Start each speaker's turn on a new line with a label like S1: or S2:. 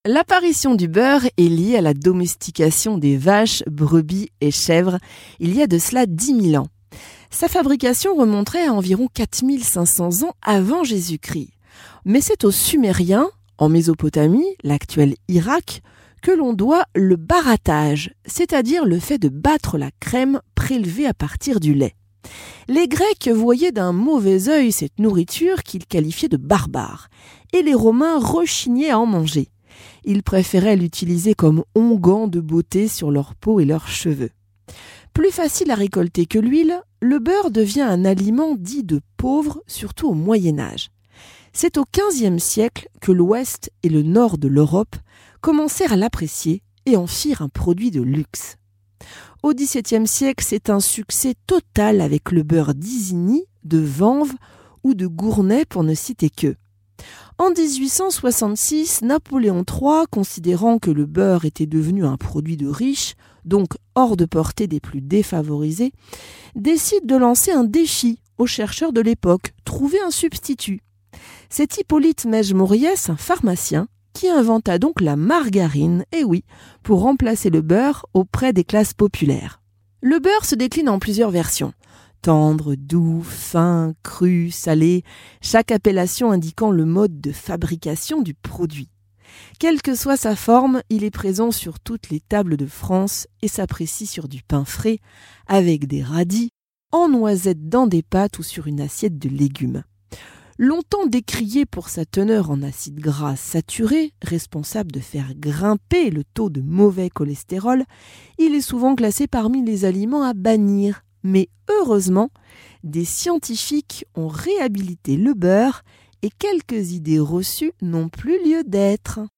S1: L'apparition du beurre est liée à la domestication des vaches, brebis et chèvres il y a de cela 10 000 ans. Sa fabrication remonterait à environ 4500 ans avant Jésus-Christ. Mais c'est aux Sumériens, en Mésopotamie, l'actuel Irak, que l'on doit le barattage, c'est-à-dire le fait de battre la crème prélevée à partir du lait. Les Grecs voyaient d'un mauvais œil cette nourriture qu'ils qualifiaient de barbare, et les Romains rechignaient à en manger. Ils préféraient l'utiliser comme onguent de beauté sur leur peau et leurs cheveux. Plus facile à récolter que l'huile, le beurre devient un aliment dit de pauvre, surtout au Moyen-Âge. C'est au XVe siècle que l'Ouest et le Nord de l'Europe commencèrent à l'apprécier et en firent un produit de luxe. Au XVIIe siècle, c'est un succès total avec le beurre d'Isigny, de Vanves ou de Gournay pour ne citer que. En 1866, Napoléon III, considérant que le beurre était devenu un produit de riches, donc hors de portée des plus défavorisés, décide de lancer un défi aux chercheurs de l'époque, trouver un substitut. C'est Hippolyte Mège-Mauriès, un pharmacien, qui inventa donc la margarine, pour remplacer le beurre auprès des classes populaires. Le beurre se décline en plusieurs versions. Tendre, doux, fin, cru, salé, chaque appellation indiquant le mode de fabrication du produit. Quelle que soit sa forme, il est présent sur toutes les tables de France et s'apprécie sur du pain frais, avec des radis, en noisettes dans des pâtes ou sur une assiette de légumes. Longtemps décrié pour sa teneur en acides gras saturés, responsable de faire grimper le taux de mauvais cholestérol, il est souvent classé parmi les aliments à bannir. Mais heureusement, des scientifiques ont réhabilité le beurre et quelques idées reçues n'ont plus lieu d'être.